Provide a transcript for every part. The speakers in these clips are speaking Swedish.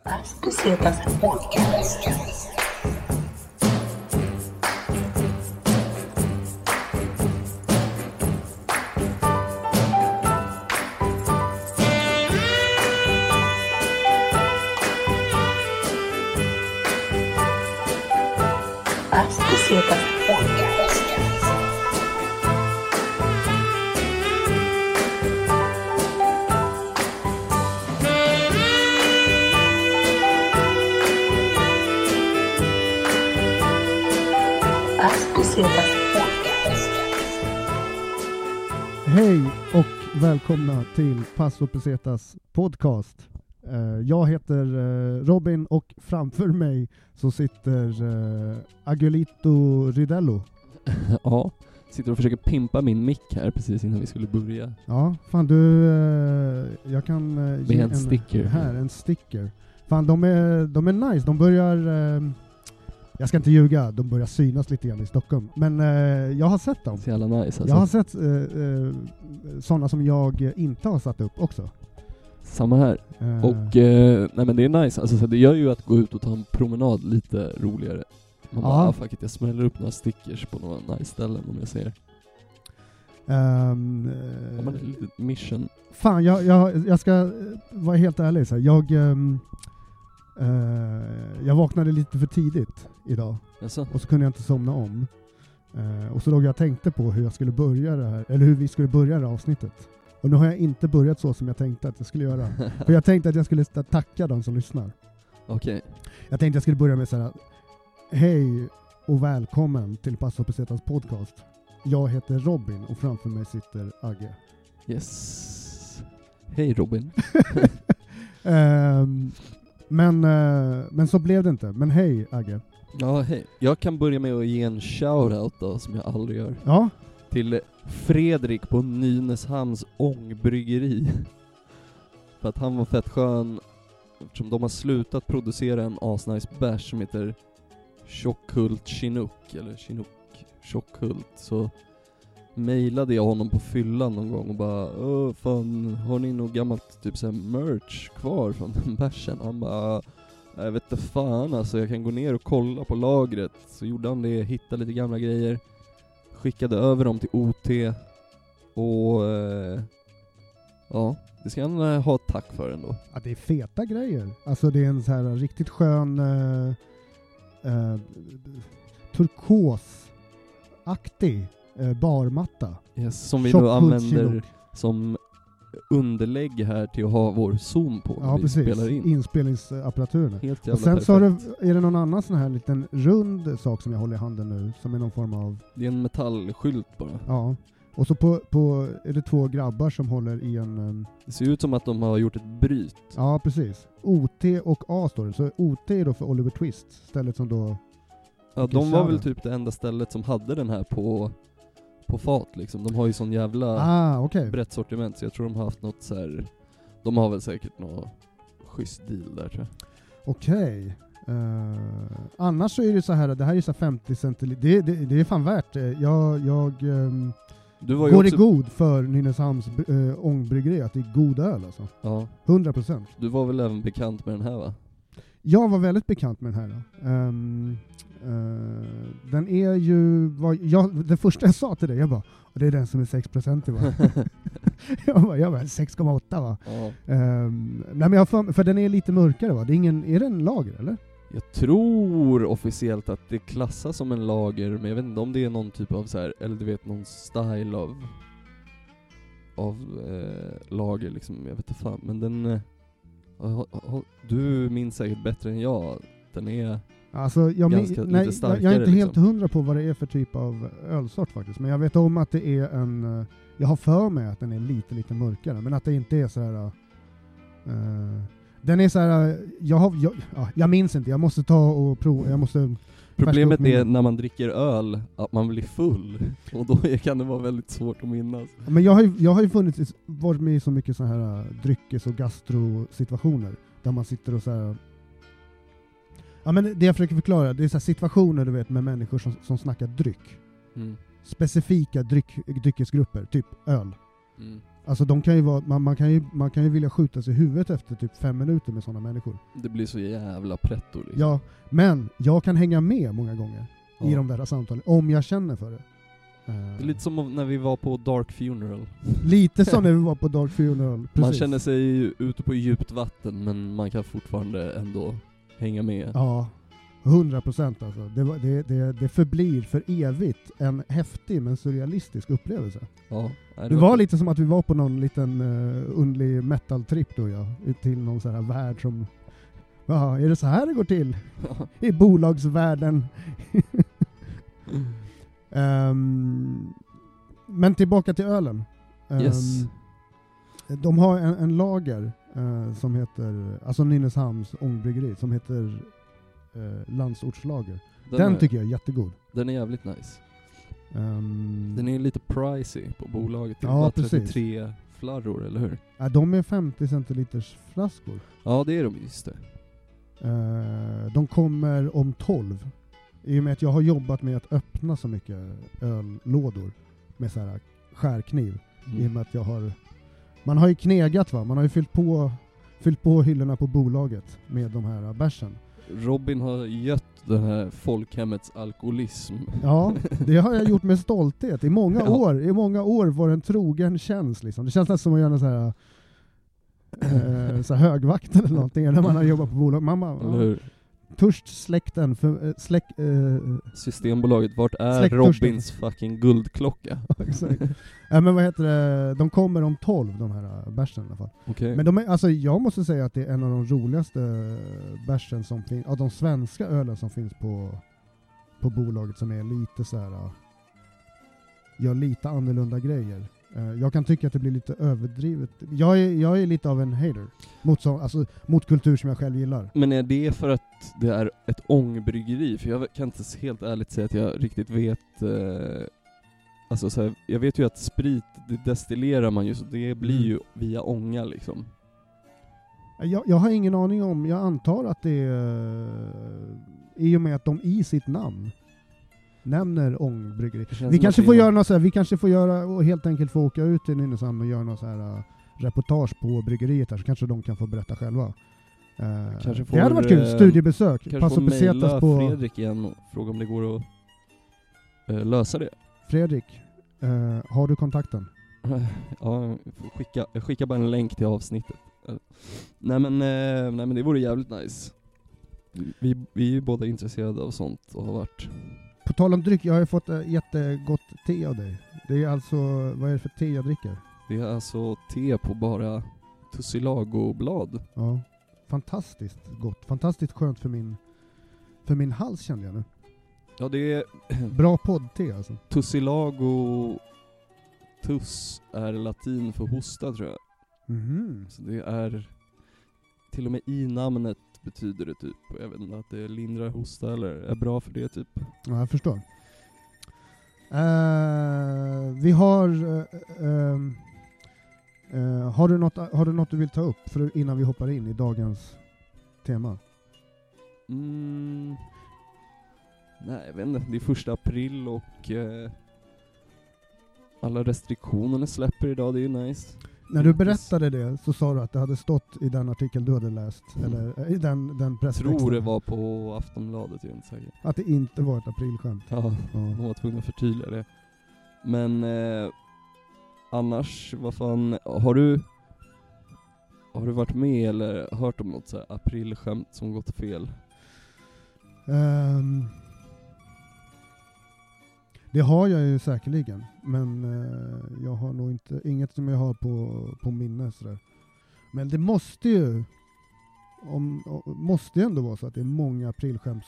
Pesetas Podcast. Pesetas Podcast. Hej och välkomna till Passo Pesetas podcast. Jag heter Robin och framför mig så sitter Agulito Ridello. Ja, sitter och försöker pimpa min mick här precis innan vi skulle börja. Ja, fan du, jag kan ge en sticker. En sticker. Fan de är nice, de börjar... Jag ska inte ljuga, de börjar synas lite grann i Stockholm. Men jag har sett dem. Så jävla nice alltså. Jag har sett sådana som jag inte har satt upp också. Samma här. Och nej men det är nice. Alltså, så det gör ju att gå ut och ta en promenad lite roligare. Man bara, fuck it, jag smäller upp några stickers på några nice ställen om jag ser. Man är lite mission. Fan, jag ska vara helt ärlig. Så här. Jag vaknade lite för tidigt idag. Jaså? Och så kunde jag inte somna om. Och så låg jag och tänkte på hur jag skulle börja det här, eller hur vi skulle börja det här avsnittet. Och nu har jag inte börjat så som jag tänkte att jag skulle göra. För jag tänkte att jag skulle tacka de som lyssnar. Okej. Jag tänkte att jag skulle börja med så här: hej och välkommen till Passo Pesetas podcast. Jag heter Robin och framför mig sitter Agge. Yes. Hej Robin. Men så blev det inte. Men hej Agge. Ja, hej. Jag kan börja med att ge en shoutout då, som jag aldrig gör. Ja. Till Fredrik på Nynäshamns ångbryggeri. För att han var fett skön. Eftersom de har slutat producera en asnice bärs som heter Tjockhult Chinook. Eller Chinook Tjockhult. Så mailade jag honom på fyllan någon gång och bara, fan, har ni något gammalt typ såhär merch kvar från den bärsen? Han bara, jag vet inte fan alltså, jag kan gå ner och kolla på lagret. Så gjorde han det, hittade lite gamla grejer, skickade över dem till OT. Och ja, det ska han ha tack för ändå. Ja, det är feta grejer. Alltså det är en så här riktigt skön turkosaktig barmatta. Yes, som vi nu använder som underlägg här till att ha vår Zoom på. Ja, precis. Spelar in. Inspelningsapparaturen. Helt jävla och sen perfekt. så är det någon annan sån här liten rund sak som jag håller i handen nu, som är någon form av... Det är en metallskylt bara. Ja. Och så på är det två grabbar som håller i en... Det ser ut som att de har gjort ett bryt. Ja, precis. OT och A står det. Så OT är då för Oliver Twist, stället som då... Ja, de var väl typ det enda stället som hade den här på fat liksom. De har ju sån jävla brett sortiment, så jag tror de har haft något så här. De har väl säkert något schysst deal där, tror jag. Okej. Annars så är det så här, det här är så 50 centiliter. Det är fan värt. Jag du var går också... i god för Nynäshamns ångbryggeri, att det är god öl alltså. Ja. 100%. Du var väl även bekant med den här, va? Jag var väldigt bekant med den här. Den är ju... det första jag sa till dig, jag bara, det är den som är 6% va? jag bara 6,8 va? Ja. Nej, men för den är lite mörkare va? Är det en lager eller? Jag tror officiellt att det klassas som en lager, men jag vet inte om det är någon typ av så här, eller du vet, någon style av lager liksom, jag vet inte fan, men den du minns säkert bättre än jag. Den är alltså, lite starkare. Jag är inte helt liksom 100 på vad det är för typ av ölsort faktiskt, men jag vet om att det är en... Jag har för mig att den är lite mörkare, men att det inte är så här... den är så här... Jag minns inte, jag måste ta och prova. Problemet är när man dricker öl att man blir full, och då kan det vara väldigt svårt att minnas. Men jag har ju varit med i så mycket så här dryckes- och gastrosituationer där man sitter och så här... Ja, men det jag försöker förklara, det är så här situationer du vet med människor som snackar dryck. Mm. Specifika dryckesgrupper, typ öl. Mm. Alltså de kan ju vara, man kan ju vilja skjuta sig i huvudet efter typ 5 minuter med sådana människor. Det blir så jävla pretto liksom. Ja, men jag kan hänga med många gånger i de där samtalen, om jag känner för det. Det är lite som när vi var på Dark Funeral. Lite som när vi var på Dark Funeral, precis. Man känner sig ute på djupt vatten, men man kan fortfarande ändå hänga med. Ja, 100% alltså. Det förblir för evigt en häftig men surrealistisk upplevelse. Ja, det var lite som att vi var på någon liten underlig metal-trip då, ja. Till någon sån här värld som... Ja, är det så här det går till? I bolagsvärlden. Men tillbaka till ölen. Yes. De har en lager som heter, alltså Nynäshamns ångbryggeri, som heter Landsortslager. Den tycker jag är jättegod. Den är jävligt nice. Den är lite pricey på bolaget. Det är ja, bara precis. 33 flarror, eller hur? Ja, de är 50 centiliters flaskor. Ja, det är de, just det. De kommer om 12. I och med att jag har jobbat med att öppna så mycket öllådor med så här skärkniv. I och med att man har ju knegat, va? Man har ju fyllt på hyllorna på bolaget med de här bärsen. Robin har gött den här folkhemmets alkoholism. Ja, det har jag gjort med stolthet. I många år var en trogen tjänst liksom. Det känns nästan som att göra så här högvakten eller någonting när man har jobbat på bolag. Mamma, törst släkten Systembolaget, vart är Robins fucking guldklocka? Exakt. Men vad heter det? De kommer om 12, de här bärsen i alla fall. Okay. Men alltså jag måste säga att det är en av de roligaste bärsen som finns, av de svenska ölen som finns på bolaget, som är lite så här, gör lite annorlunda grejer. Jag kan tycka att det blir lite överdrivet. Jag är lite av en hater mot kultur som jag själv gillar. Men är det för att det är ett ångbryggeri? För jag kan inte helt ärligt säga att jag riktigt vet. Alltså så här, jag vet ju att sprit, det destillerar man ju, så det blir ju via ånga liksom. Jag har ingen aning om. Jag antar att det är i och med att de i sitt namn nämner ångbryggeri. Vi kanske får göra något så här, vi kanske får göra och helt enkelt få åka ut till Nynäshamn och göra något så här reportage på bryggeriet här, så kanske de kan få berätta själva. Det hade varit kul, studiebesök. Kanske får mejla Fredrik igen och fråga om det går att lösa det. Fredrik, har du kontakten? Ja, jag skickar bara en länk till avsnittet. Nej men det vore jävligt nice. Vi är ju båda intresserade av sånt och har varit. På tal om dryck, jag har fått jättegott te av dig. Det är alltså, vad är det för te jag dricker? Det är alltså te på bara tussilago-blad. Ja, fantastiskt gott. Fantastiskt skönt för min hals, kände jag nu. Ja, det är bra podd-te alltså. Tussilago, tuss är latin för hosta, tror jag. Så det är till och med i namnet betyder det typ, jag vet inte, att det lindrar hosta eller är bra för det typ. Ja, jag förstår. Vi har har du något du vill ta upp innan vi hoppar in i dagens tema? Nej, jag vet inte. Det är 1 april och alla restriktionerna släpper idag, det är ju nice. När du berättade det så sa du att det hade stått i den artikel du hade läst, eller i den presstexten. Jag tror det var på Aftonbladet, jag är inte säker. Att det inte var ett aprilskämt. Ja, de var tvungna att förtydliga det. Men annars, vad fan, har du varit med eller hört om något så här aprilskämt som gått fel? Det har jag ju säkerligen, men jag har nog inget som jag har på minne sådär. Men det måste ju ändå vara så att det är många aprilskämt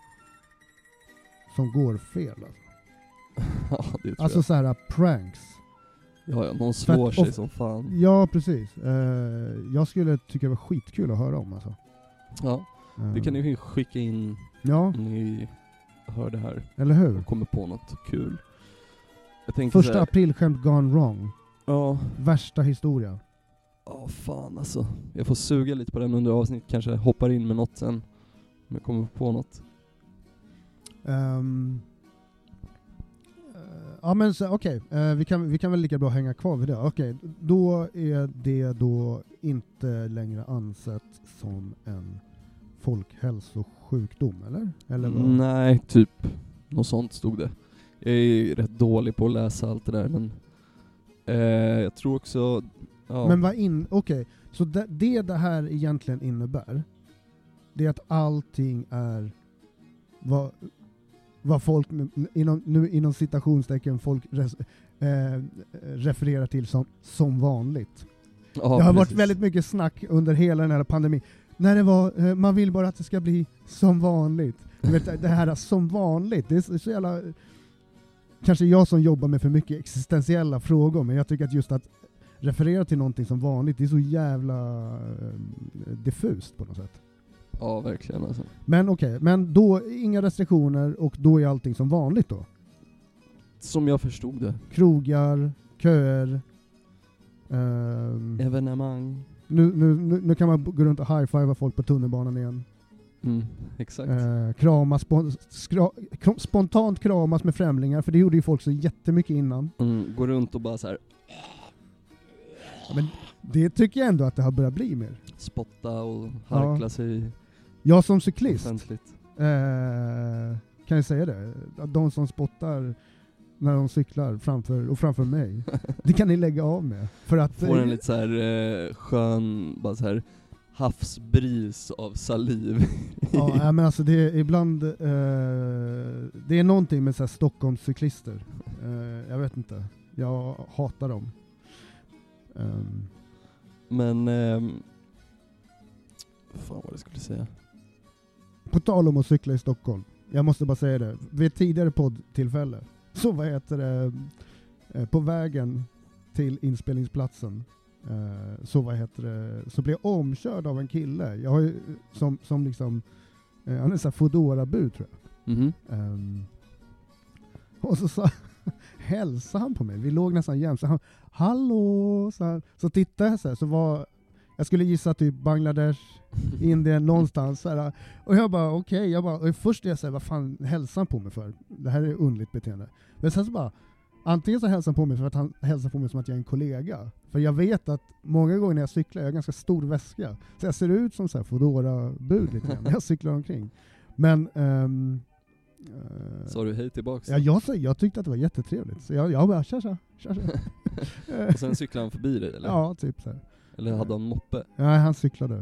som går fel alltså. Ja, det tror alltså jag. Så här pranks. Ja, någon slår sig som fan. Ja, precis. Jag skulle tycka det var skitkul att höra om alltså. Ja, det kan ni skicka in om ni hör det här. Eller hur? Och kommer på något kul. Första aprilskämt gone wrong. Ja. Värsta historia. Ja, fan alltså. Jag får suga lite på den under avsnitt. Kanske hoppar in med något sen. Om jag kommer på något. Ja men okej, vi kan väl lika bra hänga kvar vid det. Okej, då är det då inte längre ansett som en folkhälsosjukdom, eller vad? Nej, typ något sånt stod det. Jag är rätt dålig på att läsa allt det där, men jag tror också... Ja. Men okej, så det här egentligen innebär, det är att allting är vad folk inom citationstecken folk refererar till som vanligt. Ja, det har precis. varit väldigt mycket snack under hela den här pandemin. När det var, man vill bara att det ska bli som vanligt. Du vet, det här som vanligt, det är så jävla... Kanske jag som jobbar med för mycket existentiella frågor, men jag tycker att just att referera till någonting som vanligt, det är så jävla diffust på något sätt. Ja, verkligen alltså. Men okej, men då inga restriktioner och då är allting som vanligt då? Som jag förstod det. Krogar, köer, evenemang. Nu kan man gå runt och high-fiva folk på tunnelbanan igen. Exakt. Kramas, spontant kramas med främlingar, för det gjorde ju folk så jättemycket innan. Gå runt och bara så här. Ja, men det tycker jag ändå att det har börjat bli mer. Spotta och harkla sig. Jag som cyklist offentligt. kan jag säga det. Att de som spottar när de cyklar framför mig, det kan ni lägga av med. För att får en lite så här skön, bara så här havsbris av saliv. Ja, men alltså det är ibland det är någonting med så här Stockholmscyklister. Jag vet inte. Jag hatar dem. Men fan vad jag skulle säga. På tal om att cykla i Stockholm. Jag måste bara säga det. Vid ett tidigare poddtillfälle så på vägen till inspelningsplatsen så blev jag omkörd av en kille. Jag har ju som liksom han är så här Foodora-bud tror jag. Och så hälsade han på mig. Vi låg nästan jämt. Så han, hallå! Så tittade jag så här, så var jag skulle gissa typ Bangladesh, Indien, någonstans så här. Och jag bara okej, och först är jag så här, vad fan hälsar han på mig för? Det här är underligt beteende. Men sen så bara, antingen så hälsar han på mig för att han hälsar på mig som att jag är en kollega. För jag vet att många gånger när jag cyklar, jag har ganska stor väska. Så jag ser ut som så här Foodora-bud lite grann när jag cyklar omkring. Men sa du hej tillbaks? Ja, jag tyckte att det var jättetrevligt. Så jag bara, tja. Och sen cyklade han förbi dig, eller? Ja, typ så här. Eller hade han moppe? Nej, han cyklade.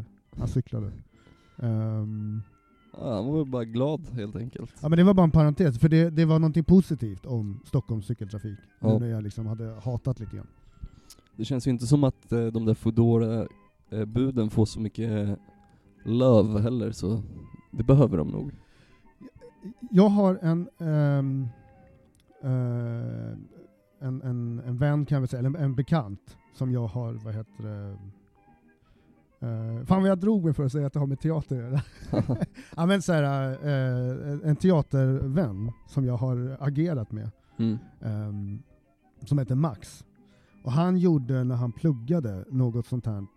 Han var bara glad, helt enkelt. Ja, men det var bara en parentes. För det var någonting positivt om Stockholms cykeltrafik. Ja. När jag liksom hade hatat lite grann. Det känns ju inte som att de där Foodora-buden får så mycket love heller, så det behöver de nog. Jag har en vän kan vi säga, eller en bekant som jag har, fan vad jag drog mig för att säga att det har med teater att göra. Ja, men så här, en teatervän som jag har agerat med som heter Max. Och han gjorde när han pluggade något sånt här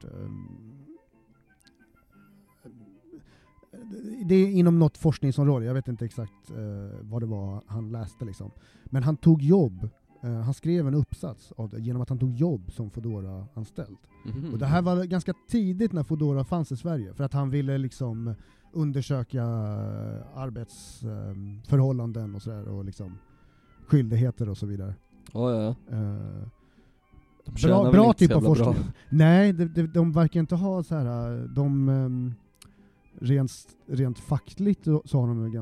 det är inom något forskningsområde, jag vet inte exakt vad det var han läste liksom. Men han tog jobb, han skrev en uppsats av det, genom att han tog jobb som Foodora-anställd. Och det här var ganska tidigt när Foodora fanns i Sverige, för att han ville liksom undersöka arbetsförhållanden och sådär, och liksom skyldigheter och så vidare. Ja. Bra typ av forskning. Bra. Nej, de verkar inte ha så här, rent fackligt så har de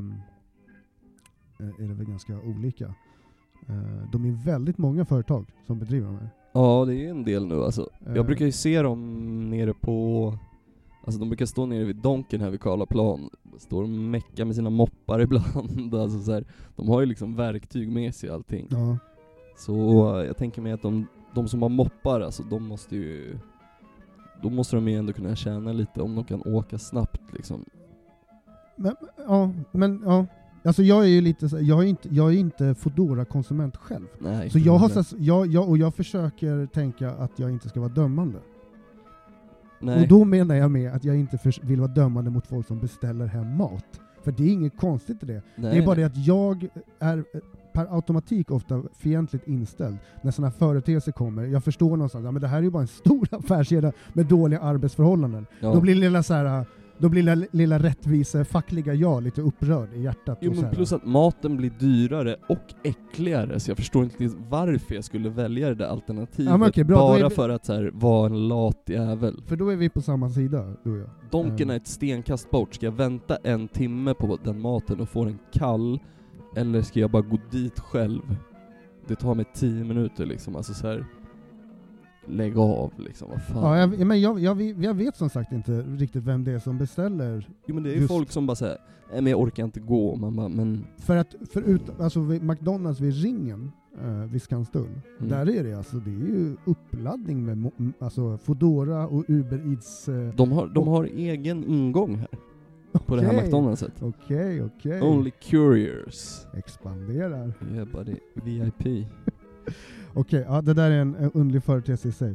ganska olika. De är väldigt många företag som bedriver de här. Ja, det är en del nu alltså. Jag brukar ju se dem nere på... Alltså de brukar stå nere vid Donken här vid Karlaplan. Står och mecka med sina moppar ibland. Alltså så här, de har ju liksom verktyg med sig allting. Ja. Så jag tänker mig att de som har moppar, alltså de måste ju... Då måste de ju ändå kunna tjäna lite om de kan åka snabbt liksom. Men alltså jag är ju lite så, jag är inte Foodora-konsument själv. Nej, så jag försöker tänka att jag inte ska vara dömande. Nej. Och då menar jag med att jag inte vill vara dömande mot folk som beställer hem mat. För det är inget konstigt i det. Det är bara det att jag är per automatik ofta fientligt inställd när sådana här företeelser kommer. Jag förstår någonstans, men det här är ju bara en stor affärskedja med dåliga arbetsförhållanden. Ja. Då blir lilla rättvise fackliga jag lite upprörd i hjärtat. Jo, och så men här. plus att maten blir dyrare och äckligare, så jag förstår inte riktigt varför jag skulle välja det där alternativet. Ja, men okej, bra, bara för att så här, vara en lat jävel. För då är vi på samma sida, du och jag. Donken är ett stenkast bort. Ska jag vänta 1 timme på den maten och få den kall, eller ska jag bara gå dit själv? Det tar mig 10 minuter liksom, alltså så här. Lägg av liksom, vad fan. Ja, jag vet som sagt inte riktigt vem det är som beställer. Jo, men det är ju just folk som bara säger, nej men jag orkar inte gå. Man bara, men... Alltså vid McDonalds vid ringen, vid Skanstull, där är det alltså, det är ju uppladdning med alltså Foodora och Uber Eats. De har egen ingång här. På det här McDonaldset. Okej. Only couriers. Expanderar. Yeah buddy, VIP. Okej, ja, det där är en underlig företeelse i sig.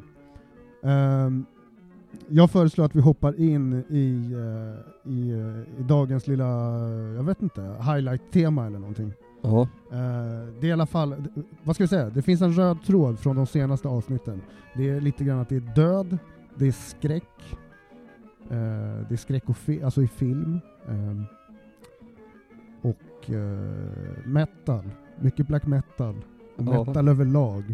Jag föreslår att vi hoppar in i dagens lilla, jag vet inte, highlight-tema eller någonting. Ja. Det är i alla fall, vad ska vi säga, det finns en röd tråd från de senaste avsnitten. Det är lite grann att det är död, det är skräck, det är skräck och alltså i film, och metal, mycket black metal. Metal överlag.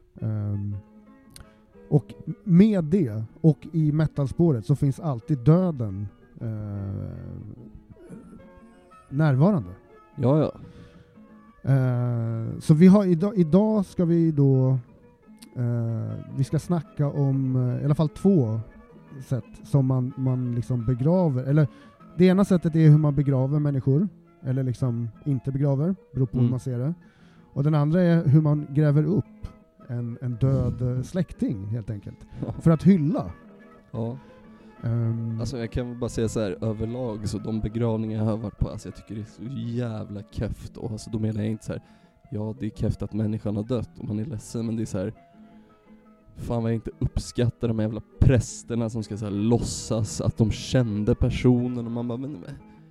Och med det, och i metalspåret, så finns alltid döden närvarande. Ja. Så vi har idag ska vi då vi ska snacka om i alla fall 2 sätt som man liksom begraver. Eller det ena sättet är hur man begraver människor, eller liksom inte begraver, beror på hur man ser det. Och den andra är hur man gräver upp en död släkting, helt enkelt. För att hylla. Ja. Alltså jag kan bara säga så här, överlag så de begravningar jag har varit på, alltså jag tycker det är så jävla keft. Och alltså då menar jag inte så här, ja det är keft att människan har dött och man är ledsen, men det är så här, fan vad jag inte uppskattar de jävla prästerna som ska så här låtsas att de kände personen, och man bara, men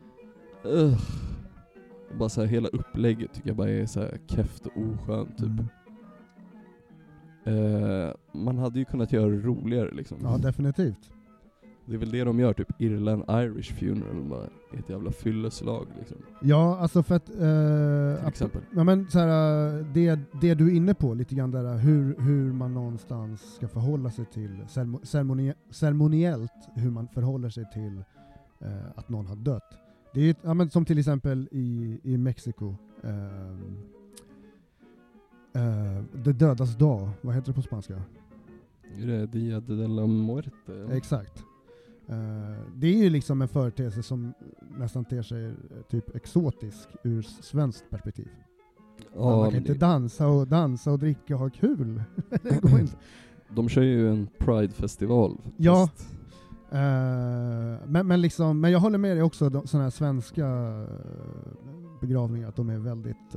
bara så här, hela upplägget tycker jag bara är så här keft och oskönt typ. Man hade ju kunnat göra det roligare liksom. Ja, definitivt. Det är väl det de gör, typ Irland Irish Funeral, bara ett jävla fylleslag liksom. Ja, alltså för att till exempel. Ja, men så här, det du är inne på lite grann där, hur man någonstans ska förhålla sig till ceremoniellt, hur man förhåller sig till att någon har dött. Det är ju, ja, men som till exempel i Mexiko, det dödas dag, vad heter det på spanska? Är det Dia de la Muerte? Exakt. Det är ju liksom en företeelse som nästan ter sig typ exotisk ur svenskt perspektiv. Ja, man kan inte dansa och dricka och ha kul. Det går inte. De kör ju en Pride-festival. Ja. Men jag håller med dig också, sådana här svenska begravningar, att de är väldigt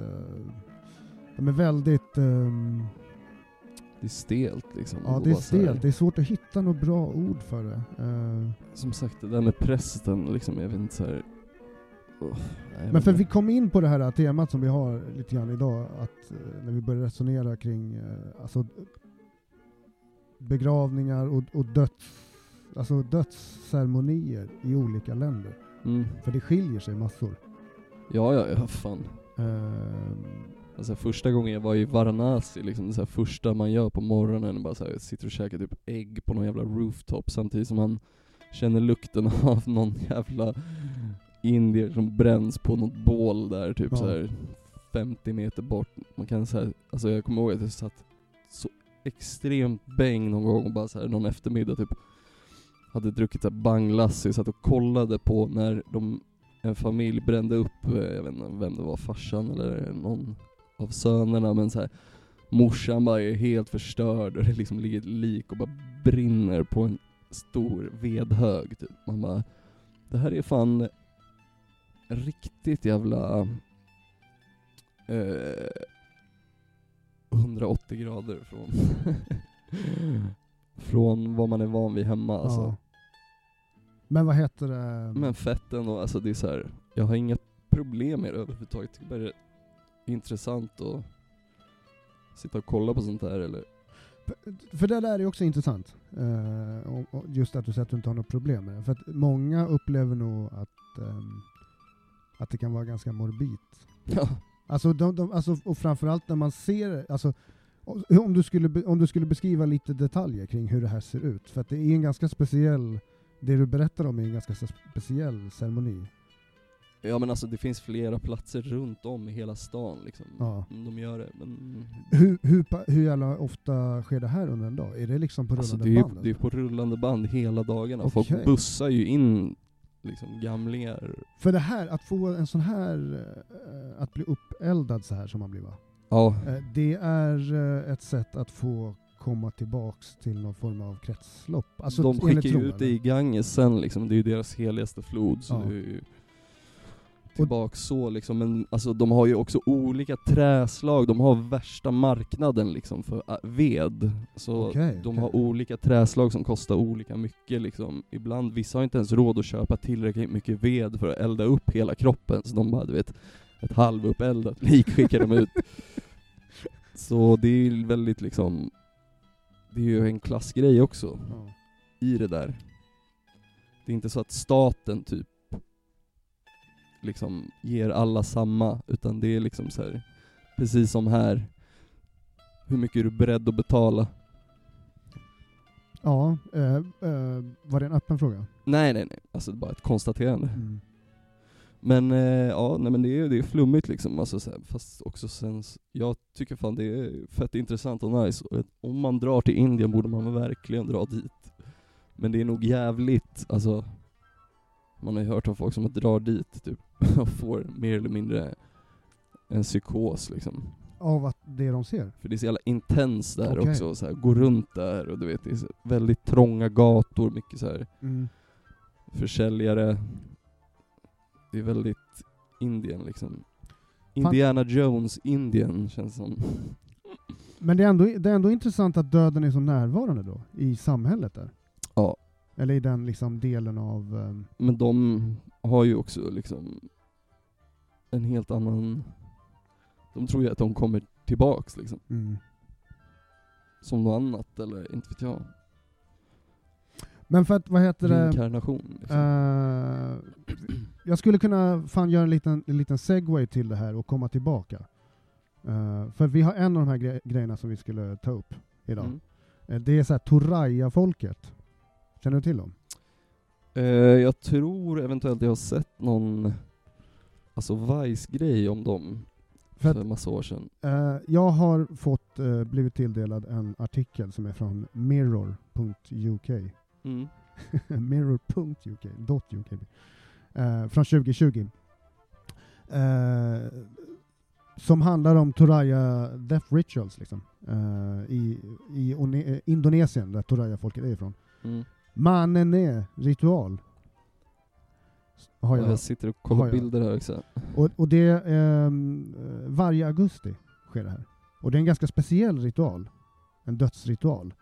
det är stelt liksom. Ja, det är stelt. Det är svårt att hitta något bra ord för det. Som sagt, det där med prästen liksom, jag vet inte så här. Men för vi kom in på det här temat som vi har lite grann idag, att när vi började resonera kring alltså begravningar och dödsceremonier i olika länder. För det skiljer sig massor. Ja, fan. Alltså första gången jag var i Varanasi, liksom det så här första man gör på morgonen, bara så här, sitter och käkar typ ägg på någon jävla rooftop samtidigt som man känner lukten av någon jävla indier som bränns på något bål där typ så här 50 meter bort. Man kan så här, alltså jag kommer ihåg att jag satt så extremt bäng någon gång och bara så här någon eftermiddag typ hade druckit så här banglassi, satt och kollade på när en familj brände upp, jag vet inte vem det var, farsan eller någon av sönerna, men så här, morsan bara är helt förstörd och det liksom ligger ett lik och bara brinner på en stor vedhög typ. Man bara, det här är fan riktigt jävla 180 grader från vad man är van vid hemma alltså. Ja. Men vad heter det? Men fetten och alltså det är så här, jag har inga problem med det överhuvudtaget. Det är bara intressant att sitta och kolla på sånt här eller? För det där är också intressant. Och just att du säger att du inte har något problem med det. För att många upplever nog att det kan vara ganska morbid. Ja. Alltså, alltså, och framförallt när man ser, alltså, om du skulle beskriva lite detaljer kring hur det här ser ut. För att det är en ganska speciell, det du berättar om är en ganska speciell ceremoni. Ja, men alltså det finns flera platser runt om i hela stan liksom. Ja. De gör det, men hur jävla ofta sker det här under en dag? Är det liksom på rullande alltså, band? det är på rullande band hela dagarna. Okay. Folk bussar ju in liksom gamlingar. För det här, att få en sån här, att bli uppeldad så här som man blir, va? Ja. Det är ett sätt att få komma tillbaks till någon form av kretslopp. Alltså, de skickar ju ut det i Ganges sen liksom. Det är ju deras heligaste flod, så ja. det är ju tillbaks så liksom. Men alltså de har ju också olika träslag. De har värsta marknaden liksom för ved. Så de har olika träslag som kostar olika mycket liksom. Ibland, vissa har inte ens råd att köpa tillräckligt mycket ved för att elda upp hela kroppen. Så de bara, du vet, ett halvupeldat lik skickar de ut. Så det är väldigt liksom, det är ju en klassgrej också i det där. Det är inte så att staten typ liksom ger alla samma, utan det är liksom så här, precis som här, hur mycket är du beredd att betala? Ja, var det en öppen fråga? Nej, alltså det är bara ett konstaterande. Men ja, nej, men det är flummigt liksom, alltså, så här, fast också sen, jag tycker fan det är fett intressant och nice, och om man drar till Indien borde man verkligen dra dit. Men det är nog jävligt, alltså man har ju hört om folk som drar dit typ och får mer eller mindre en psykos liksom. Av att det de ser? För det är så jävla intens där också, så här, gå runt där och du vet, det är så väldigt trånga gator, mycket så här försäljare. Det är väldigt Indien liksom. Indiana Jones Indien känns som. Men det är ändå intressant att döden är så närvarande då i samhället där. Ja. Eller i den liksom delen av... Men de har ju också liksom en helt annan... De tror ju att de kommer tillbaks liksom. Som något annat, eller inte vet jag. Men för att, vad heter det? Inkarnation. Liksom. Jag skulle kunna fan göra en liten segway till det här och komma tillbaka. För vi har en av de här grejerna som vi skulle ta upp idag. Det är så här Toraya-folket. Känner du till dem? Jag tror eventuellt jag har sett någon alltså Vice-grej om dem för massa år sedan. Jag har blivit tilldelad en artikel som är från mirror.uk. Mirror.uk från 2020. Som handlar om Toraya Death Rituals liksom. I Indonesien, där Toraya-folket är ifrån. Manene ritual. Jag sitter och kollar bilder här också. Och det är varje augusti sker det här. Och det är en ganska speciell ritual. En dödsritual.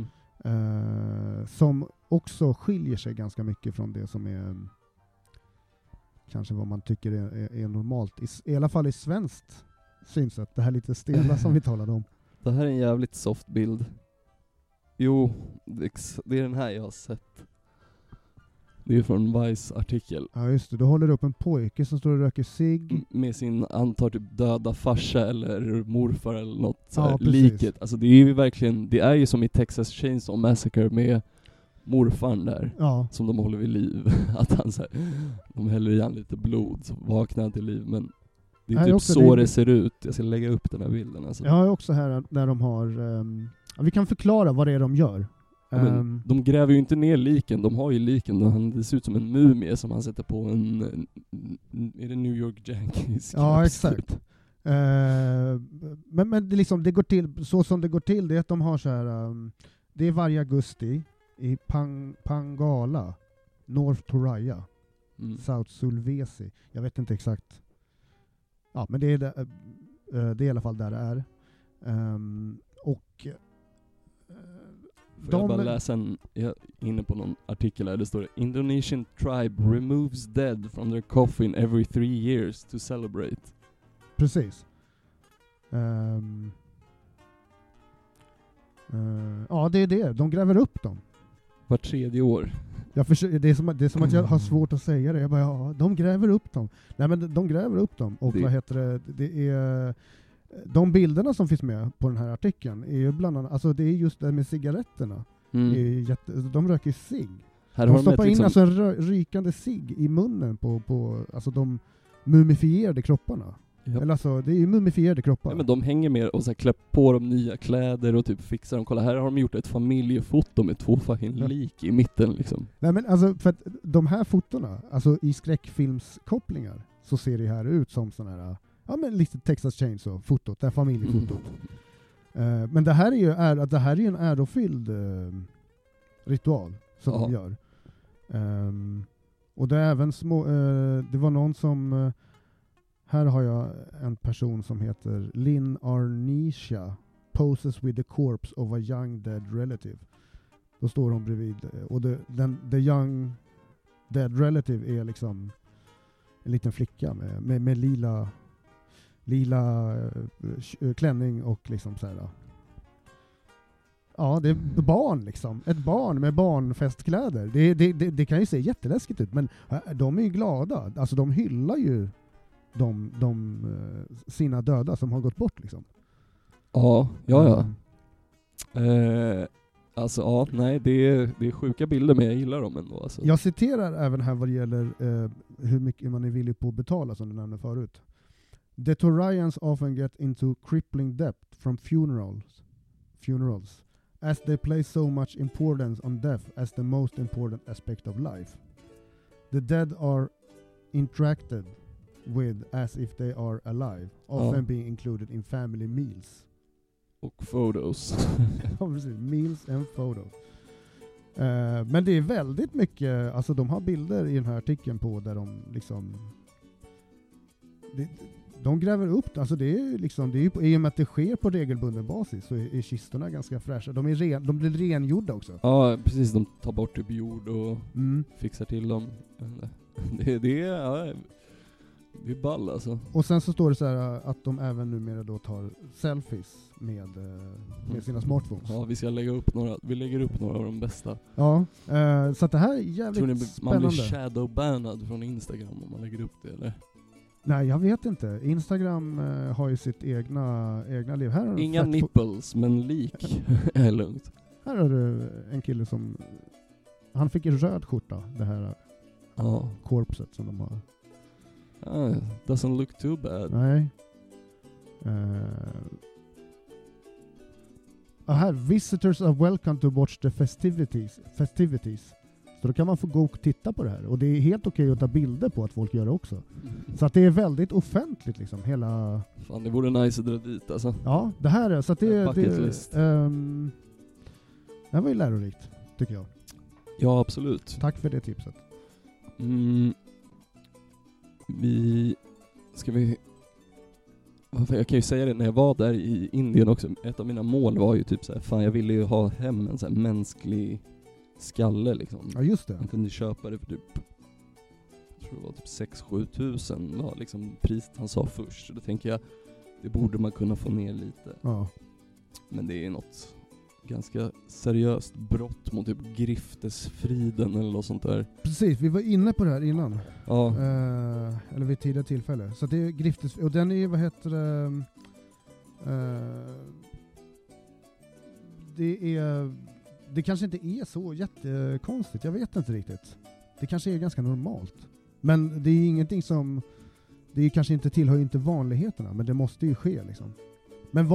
Som också skiljer sig ganska mycket från det som är kanske vad man tycker är normalt. I alla fall i svenskt synsätt. Det här lite stela som vi talade om. Det här är en jävligt soft bild. Jo, det är den här jag har sett. Det är från Vice-artikel. Ja just det, då håller du upp en pojke som står och röker cigg. Med sin antar typ döda farsa eller morfar eller något så här, precis. liket. Alltså det är ju verkligen, det är ju som i Texas Chainsaw Massacre med morfarn där. Ja. Som de håller vid liv. Att han så här, de häller i han lite blod så vaknar han till liv. Men det är typ så det ser ut. Jag ska lägga upp den här bilden. Alltså. Jag har också här när de har... vi kan förklara vad det är de gör. Men de gräver ju inte ner liken. De har ju liken. Det ser ut som en mumie som han sätter på en... Är det New York Yankees? Ja, exakt. Men det, liksom, det går till... Så som det går till, det är att de har så här... det är varje augusti i Pangala, North Toraya, South Sulawesi. Jag vet inte exakt. Ja, men det är i alla fall där det är. Och jag bara läsa jag är inne på någon artikel här, det står Indonesian tribe removes dead from their coffin every 3 years to celebrate. Precis. Ja, det är det. De gräver upp dem. Var 3:e år. Det är som att jag har svårt att säga det. Jag bara, ja, de gräver upp dem. Nej, men de gräver upp dem. Och vad heter det? Det är... De bilderna som finns med på den här artikeln är ju bland annat, alltså det är just det med cigaretterna. De röker cigg. De stoppar in alltså en rykande cigg i munnen på alltså de mumifierade kropparna. Yep. Eller alltså, det är ju mumifierade kroppar. Ja, men de hänger med och så här, klär på dem nya kläder och typ fixar dem. Kolla, här har de gjort ett familjefoto med 2 fucking lik i mitten liksom. Nej, men alltså, för att de här fotona, alltså i skräckfilmskopplingar, så ser det här ut som sån här, ja men lite Texas Chainsaw-fotot, det här familjefotot. Men det här är ju en ärofylld ritual som de gör. Och det är även små, det var någon som, här har jag en person som heter Lynn Arnisha, poses with the corpse of a young dead relative. Då står hon bredvid, och the young dead relative är liksom en liten flicka med lila klänning och liksom så här. Ja, det är barn liksom. Ett barn med barnfestkläder. Det kan ju se jätteläskigt ut, men de är ju glada. Alltså de hyllar ju sina döda som har gått bort liksom. Ja. Alltså ja, nej, det är sjuka bilder, men jag gillar dem ändå. Alltså. Jag citerar även här vad det gäller hur mycket man är villig på att betala, som du nämnde förut. The Torians often get into crippling debt from funerals, as they place so much importance on death as the most important aspect of life. The dead are interacted with as if they are alive, often being included in family meals. Och photos. Meals and photos. Men det är väldigt mycket, alltså de har bilder i den här artikeln på där de liksom de gräver upp, alltså det är liksom, det är ju, i och med att det sker på regelbunden basis, så är kistorna ganska fräscha. De blir rengjorda också. Ja, precis, de tar bort typ jord och fixar till dem. Det är ball alltså. Och sen så står det så här att de även numera då tar selfies med sina smartphones. Ja, vi lägger upp några av de bästa. Ja, så att det här är jävligt spännande. Man blir shadowbannad från Instagram om man lägger upp det, eller? Nej, jag vet inte. Instagram har ju sitt egna liv. Här har inga nipples, men lik är lugnt. Här har du en kille som, han fick en röd skjorta, det här korpset som de har. Doesn't look too bad. Nej. Här, visitors are welcome to watch the festivities. Så då kan man få gå och titta på det här. Och det är helt okej att ta bilder på att folk gör det också. Så att det är väldigt offentligt liksom, hela... Fan, det vore nice att dra dit alltså. Ja, det här är så att det bucketlist. Det var ju lärorikt, tycker jag. Ja, absolut. Tack för det tipset. Jag kan ju säga det, när jag var där i Indien också, ett av mina mål var ju typ så här, fan jag ville ju ha hem en så här mänsklig skalle liksom. Ja, just det. Man kunde köpa det för typ, jag tror det var typ 6-7 tusen var liksom priset han sa först. Så då tänker jag, det borde man kunna få ner lite. Ja. Men det är något ganska seriöst brott mot typ griftesfriden eller något sånt där. Precis, vi var inne på det här innan. Ja. Eller vid tidigare tillfälle. Så det är griftesfrid, och den är, vad heter det kanske inte är så jättekonstigt, jag vet inte riktigt. Det kanske är ganska normalt. Men det är ingenting som, det är kanske inte tillhör inte vanligheterna, men det måste ju ske liksom. Men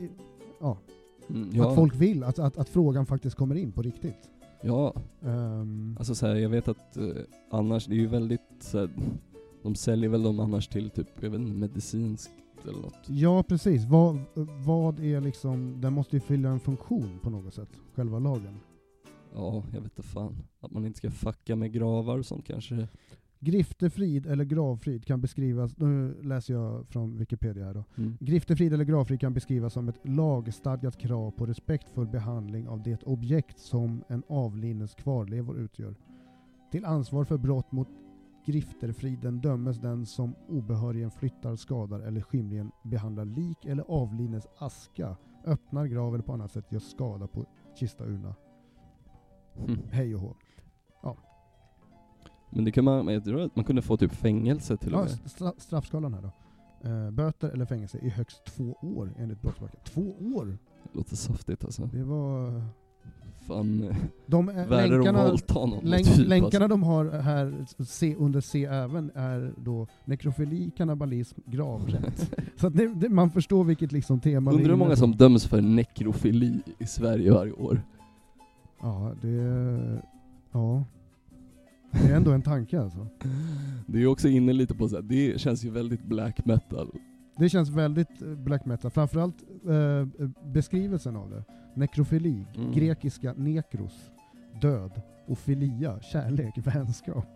att folk vill, att frågan faktiskt kommer in på riktigt. Ja, alltså så här, jag vet att annars, det är ju väldigt så här, de säljer väl dem annars till typ, jag vet inte, medicinskt eller något. Ja, precis. Vad är liksom, den måste ju fylla en funktion på något sätt, själva lagen. Ja, jag vet inte fan. Att man inte ska fucka med gravar och sånt kanske. Griftefrid eller gravfrid kan beskrivas, nu läser jag från Wikipedia här då. Griftefrid eller gravfrid kan beskrivas som ett lagstadgat krav på respektfull behandling av det objekt som en avlidnes kvarlevor utgör. Till ansvar för brott mot grifterfriden dömes den som obehörigen flyttar, skadar eller skymligen behandlar lik eller avlidnes aska, öppnar grav eller på annat sätt gör skada på kista urna. Hej och hå. Men det kan jag tror att man kunde få typ fängelse till och Ja, med. straffskalan här då. Böter eller fängelse i högst 2 år enligt brottsbalken. 2 år? Det låter saftigt alltså. Det var... Fan, De värre att våldta någon. länkarna de har här under C även är då nekrofili, kannibalism, gravrätt. Så att man förstår vilket liksom tema. Undrar hur många som döms för nekrofili i Sverige varje år. Ja, det är ändå en tanke alltså. Det är ju också inne lite på så här, det känns ju väldigt black metal. Det känns väldigt black metal. Framförallt beskrivelsen av det. Nekrofili, grekiska nekros, död, och filia, kärlek, vänskap.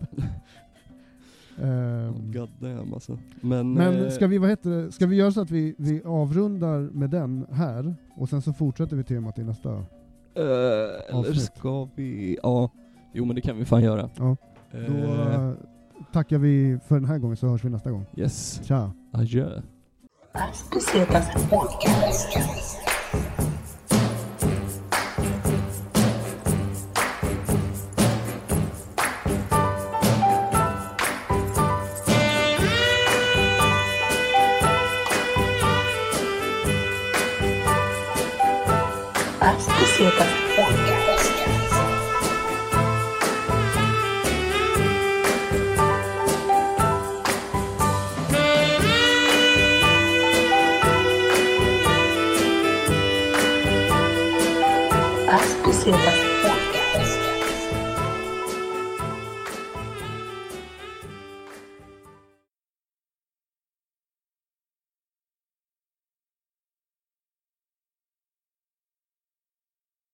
God damn alltså. Men ska vi göra så att vi avrundar med den här och sen så fortsätter vi temat i nästa eller ska vi... Ja, jo men det kan vi fan göra. Ja. Då tackar vi för den här gången, så hörs vi nästa gång. Yes. Tja. Adjö. Podcast.